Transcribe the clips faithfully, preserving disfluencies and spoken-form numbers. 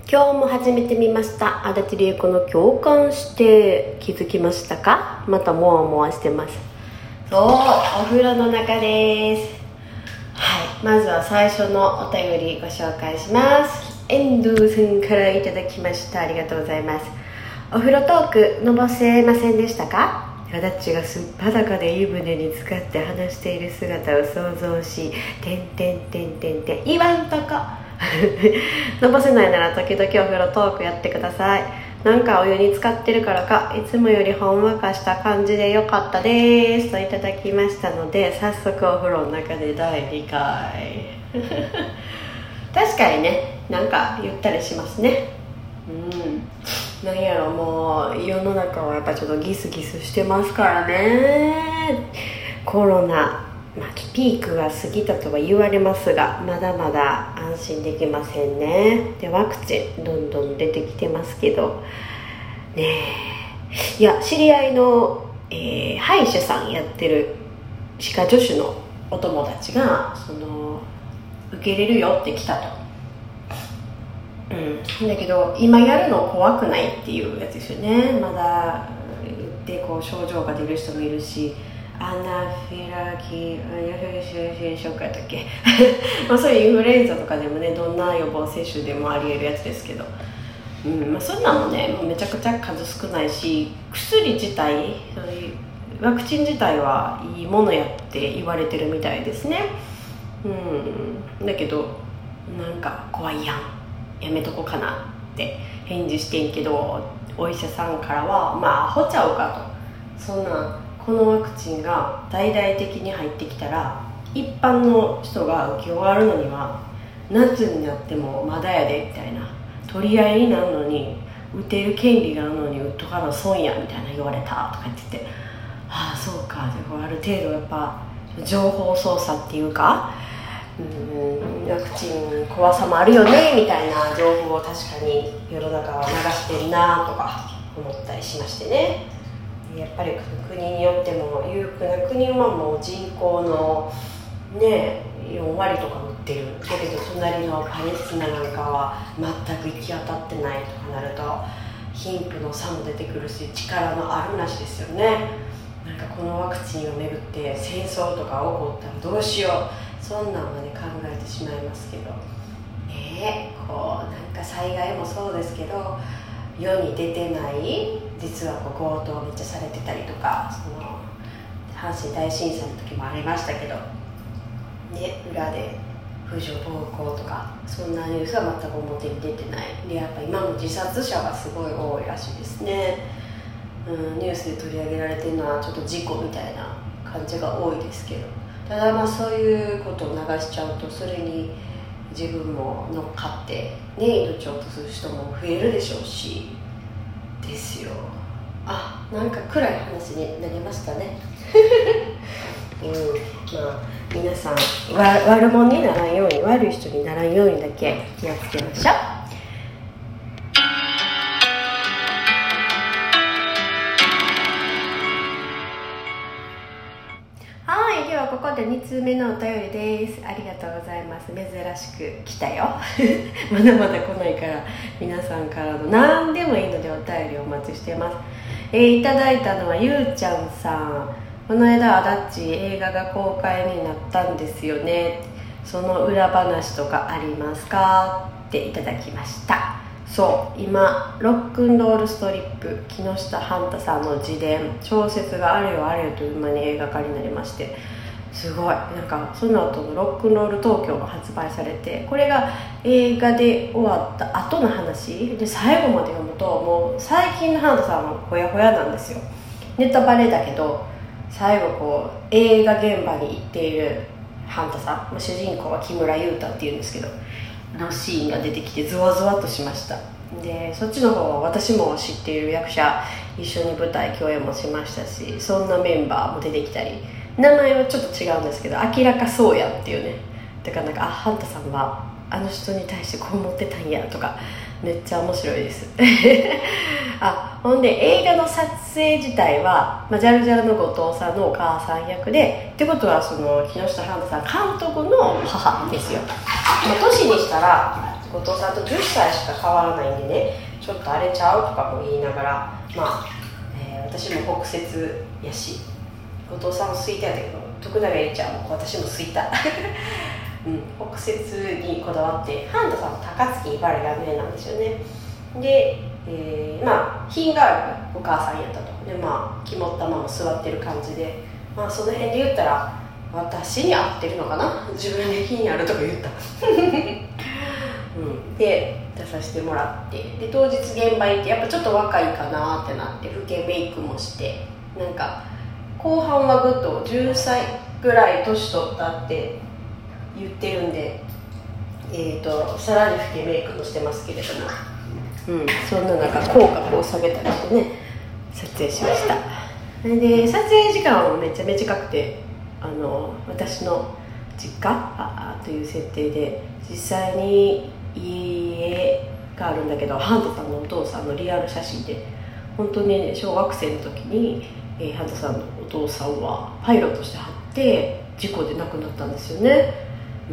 今日も始めてみました。足立梨恵子の共感して気づきましたか？またモワモワしてます。そう、お風呂の中です。はい、まずは最初のお便りご紹介します。遠藤さんからいただきました。ありがとうございます。お風呂トークのぼせませんでしたか？足立がすっぱだかで湯船に浸かって話している姿を想像し、てんてんてんてんてん言わんとこのぼせないなら時々お風呂トークやってください。なんかお湯に浸かってるからかいつもよりほんわかした感じでよかったですといただきましたので、早速お風呂の中でだいにかい確かにね、なんかゆったりしますね。うんなんやろ、もう世の中はやっぱちょっとギスギスしてますからね。コロナ、まあ、ピークが過ぎたとは言われますが、まだまだ安心できませんね。でワクチンどんどん出てきてますけどね。いや知り合いの、えー、歯医者さんやってる歯科助手のお友達がその受けれるよって来たと。うん、だけど今やるの怖くないっていうやつですよね。まだでこう症状が出る人もいるし、アナフィラキーショックやったっけまあそういうインフルエンザとかでもね、どんな予防接種でもありえるやつですけど、うんまあ、そんなもねもうめちゃくちゃ数少ないし、薬自体そういうワクチン自体はいいものやって言われてるみたいですね。うんだけどなんか怖いやん、やめとこうかなって返事してんけど、お医者さんからはまあアホちゃうかと、そんなこのワクチンが大々的に入ってきたら一般の人が受け終わるのには夏になってもまだやでみたいな、取り合いになるのに打てる権利があるのに打っとかな損やみたいな言われたとか言ってて、ああそうか、でもある程度やっぱ情報操作っていうか、うんワクチン怖さもあるよねみたいな情報を確かに世の中は流してるなとか思ったりしましてね。やっぱり国によっても裕福な国はもう人口のねよんわりとか打ってるだけど、隣のパレスチナなんかは全く行き当たってないとかなると貧富の差も出てくるし、力のあるなしですよね。なんかこのワクチンをめぐって戦争とか起こったらどうしよう、そんなんまで考えてしまいますけどね。こうなんか災害もそうですけど、世に出てない実はこう強盗めっちゃされてたりとか、その阪神大震災の時もありましたけどね、裏で婦女暴行とかそんなニュースは全く表に出てないで、やっぱ今も自殺者がすごい多いらしいですね。うんニュースで取り上げられてるのはちょっと事故みたいな感じが多いですけど、ただまあそういうことを流しちゃうと、それに自分も乗っかってね命を落とす人も増えるでしょうしですよ。あ、なんか暗い話になりましたねうんまあ皆さんわ悪者にならんように、悪い人にならんようにだけ気をつけましょう。はい、ではここでに通目のお便りです。ありがとうございます。珍しく来たよまだまだ来ないから皆さんからの何でもいいのでお便りお待ちしてます。えー、いただいたのはゆうちゃんさん。この間足立映画が公開になったんですよね、その裏話とかありますかっていただきました。そう今ロックンロールストリップ木下半太さんの自伝小説があれよあれよという間に映画化になりまして、すごいなんかその後のロックンロール東京が発売されて、これが映画で終わった後の話で、最後まで読むともう最近の半太さんもほやほやなんですよ。ネタバレだけど最後こう映画現場に行っている半太さん、主人公は木村優太っていうんですけどのシーンが出てきてゾワゾワっとしました。でそっちの方は私も知っている役者一緒に舞台共演もしましたし、そんなメンバーも出てきたり、名前はちょっと違うんですけど明らかそうやっていうね、だからなんかあハンタさんはあの人に対してこう思ってたんやとかめっちゃ面白いですあほんで映画の撮影自体は、まあ、ジャルジャルの後藤さんのお母さん役で、ってことはその木下ハンタさん監督の母ですよ。まあ、年にしたら後藤さんとじゅっさいしか変わらないんでね、ちょっとあれちゃうとかも言いながら、まあ、えー、私も北摂やし、後藤さんも吹いたやったけど、徳永えりちゃんも私も吹いた、うん、北摂にこだわって、半田さんも高槻茨城が名なんですよね。で、えー、まあ品があるお母さんやったと。で、まあ肝っ玉も座ってる感じで、まあその辺で言ったら私に合ってるのかな、自分で品あるとか言ったうん、で出させてもらって、で当日現場行って、やっぱちょっと若いかなってなって、老けメイクもして、なんか後半はぐっとじゅっさいぐらい年取ったって言ってるんで、えーとさらに老けメイクもしてますけれども、うん、そんな中口角を下げたりしてね、撮影しました。で撮影時間はめっちゃ短くて、あの私の実家という設定で、実際に家があるんだけど、ハントさんのお父さんのリアル写真で、本当に、ね、小学生の時に、えー、ハントさんのお父さんはパイロットしてはって事故で亡くなったんですよね。うん、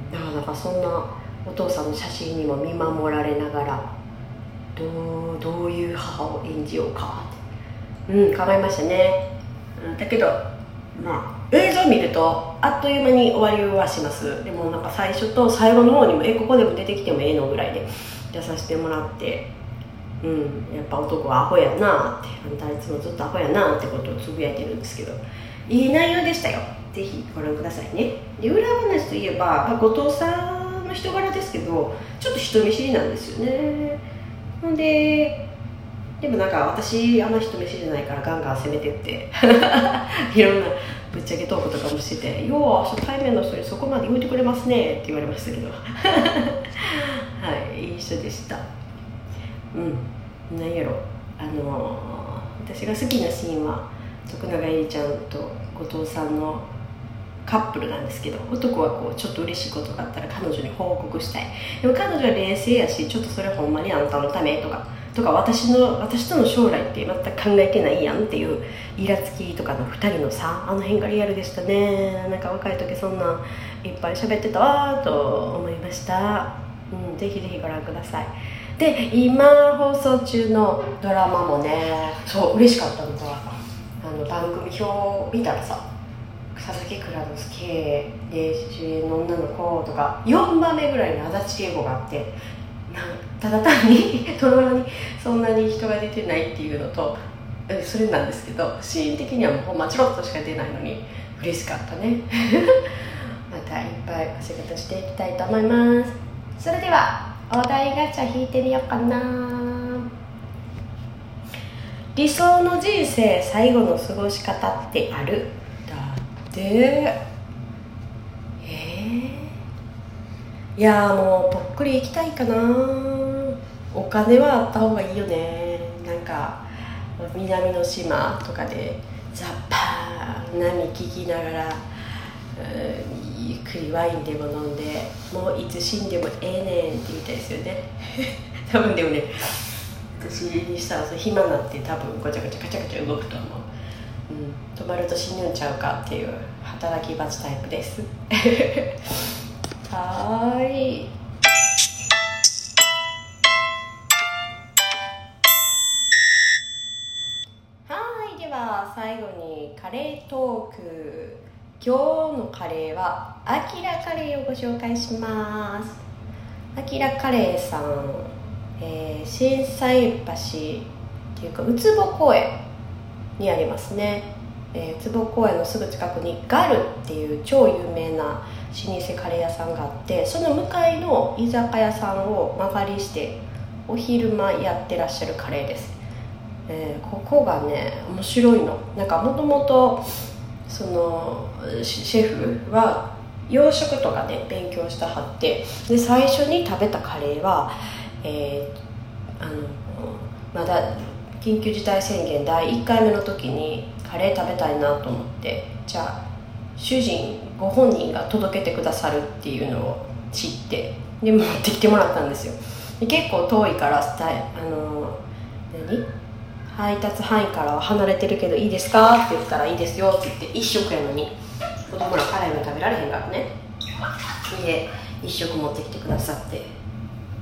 なかなかそんなお父さんの写真にも見守られながら、どう、どういう母を演じようかって、うん、考えましたね。うん、だけどまあ映像を見るとあっという間に終わりはします。でもなんか最初と最後の方にも、えここでも出てきてもええのぐらいで出させてもらって、うん、やっぱ男はアホやなって、あんたいつもずっとアホやなってことをつぶやいてるんですけど、いい内容でしたよ。ぜひご覧くださいね。で裏話といえば、まあ、後藤さんの人柄ですけど、ちょっと人見知りなんですよね。ほんででもなんか私あんま人見知りじゃないからガンガン攻めてっていろんなぶっちゃけトークとかもしてて、よう初対面の人にそこまで言うてくれますねって言われましたけどはい、いい人でした。うん、なんやろ、あのー、私が好きなシーンは徳永えりちゃんと後藤さんのカップルなんですけど、男はこうちょっと嬉しいことがあったら彼女に報告したい。でも彼女は冷静やし、ちょっとそれほんまにあんたのためとかとか私の私との将来って全く考えてないやんっていうイラつきとかのふたりの差、あの辺がリアルでしたね。なんか若い時そんないっぱい喋ってたわと思いました。うん、ぜひぜひご覧ください。で今放送中のドラマもね、そう嬉しかったのが、あの番組表を見たらさ、佐々木蔵之介で主演の女の子とかよんばんめぐらいに足立恵子があって、ただ単にドラマにそんなに人が出てないっていうのと、それなんですけど、シーン的にはもうほんまちょろっとしか出ないのに嬉しかったねまたいっぱいお仕事していきたいと思います。それではお題ガチャ引いてみようかな。理想の人生最後の過ごし方ってある？だってえーいやもうぽっくり行きたいかな。お金はあった方がいいよね。なんか南の島とかでザッパー波聞きながら、うん、ゆっくりワインでも飲んで、もういつ死んでもええねんって言いたいですよね多分でもね、私にしたらその暇になって多分ごちゃごちゃガチャガチャ動くと思う。うん、止まると死ぬんちゃうかっていう働き蜂タイプですはーい。はい、では最後にカレートーク。今日のカレーはアキラカレーをご紹介します。アキラカレーさん、えー、心斎橋っていうかウツボ公園にありますね。えー、坪公園のすぐ近くにガルっていう超有名な老舗カレー屋さんがあって、その向かいの居酒屋さんを間借りしてお昼間やってらっしゃるカレーです。えー、ここがね面白いの。なんかもともとそのシェフは洋食とかね勉強したはって、で最初に食べたカレーは、えー、あのまだ緊急事態宣言だいいっかいめの時にカレー食べたいなと思って、じゃあ主人ご本人が届けてくださるっていうのを知って、で持ってきてもらったんですよ。で結構遠いからスタイあの何配達範囲からは離れてるけどいいですかって言ったらいいですよって言って、一食やのに子供ら辛いの食べられへんからね、で一食持ってきてくださって、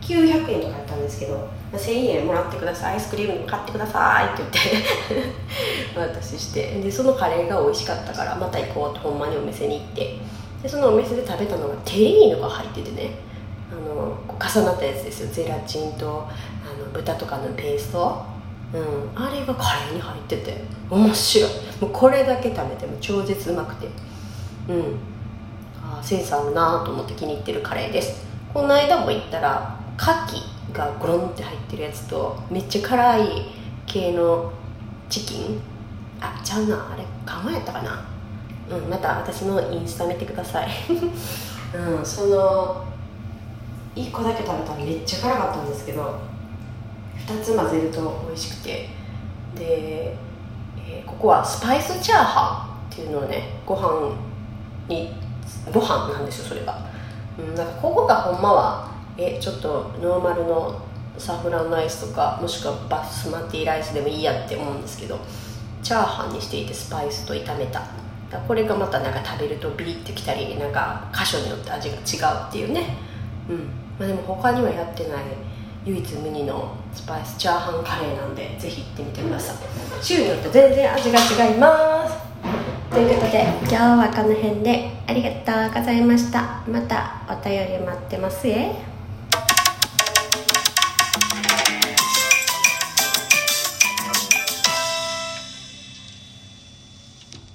きゅうひゃくえんとかやったんですけど、まあ、せんえんもらってください、アイスクリームも買ってくださいって言って私して、でそのカレーが美味しかったからまた行こうとほんまにお店に行って、でそのお店で食べたのがテリーヌが入っててね、あのこう重なったやつですよ。ゼラチンとあの豚とかのペースト、うん、あれがカレーに入ってて面白い。もうこれだけ食べても超絶うまくて、うんあセンスあるなと思って気に入ってるカレーです。この間も行ったら牡蠣がゴロンって入ってるやつとめっちゃ辛い系のチキン、あちゃうな、あれカマやったかな、うん、また私のインスタ見てくださいうん、そのいっこだけ食べたらめっちゃ辛かったんですけど、ふたつ混ぜると美味しくて、で、えー、ここはスパイスチャーハンっていうのをね、ご飯にご飯なんですよそれが、うん、なんかここがほんまはえちょっとノーマルのサフランライスとかもしくはバスマティライスでもいいやって思うんですけど、チャーハンにしていてスパイスと炒めた、だこれがまたなんか食べるとビリってきたり、なんか箇所によって味が違うっていうね、うんまあ、でも他にはやってない唯一無二のスパイスチャーハンカレーなんでぜひ行ってみてください。週によって全然味が違います。ということで今日はこの辺でありがとうございました。またお便り待ってますえ。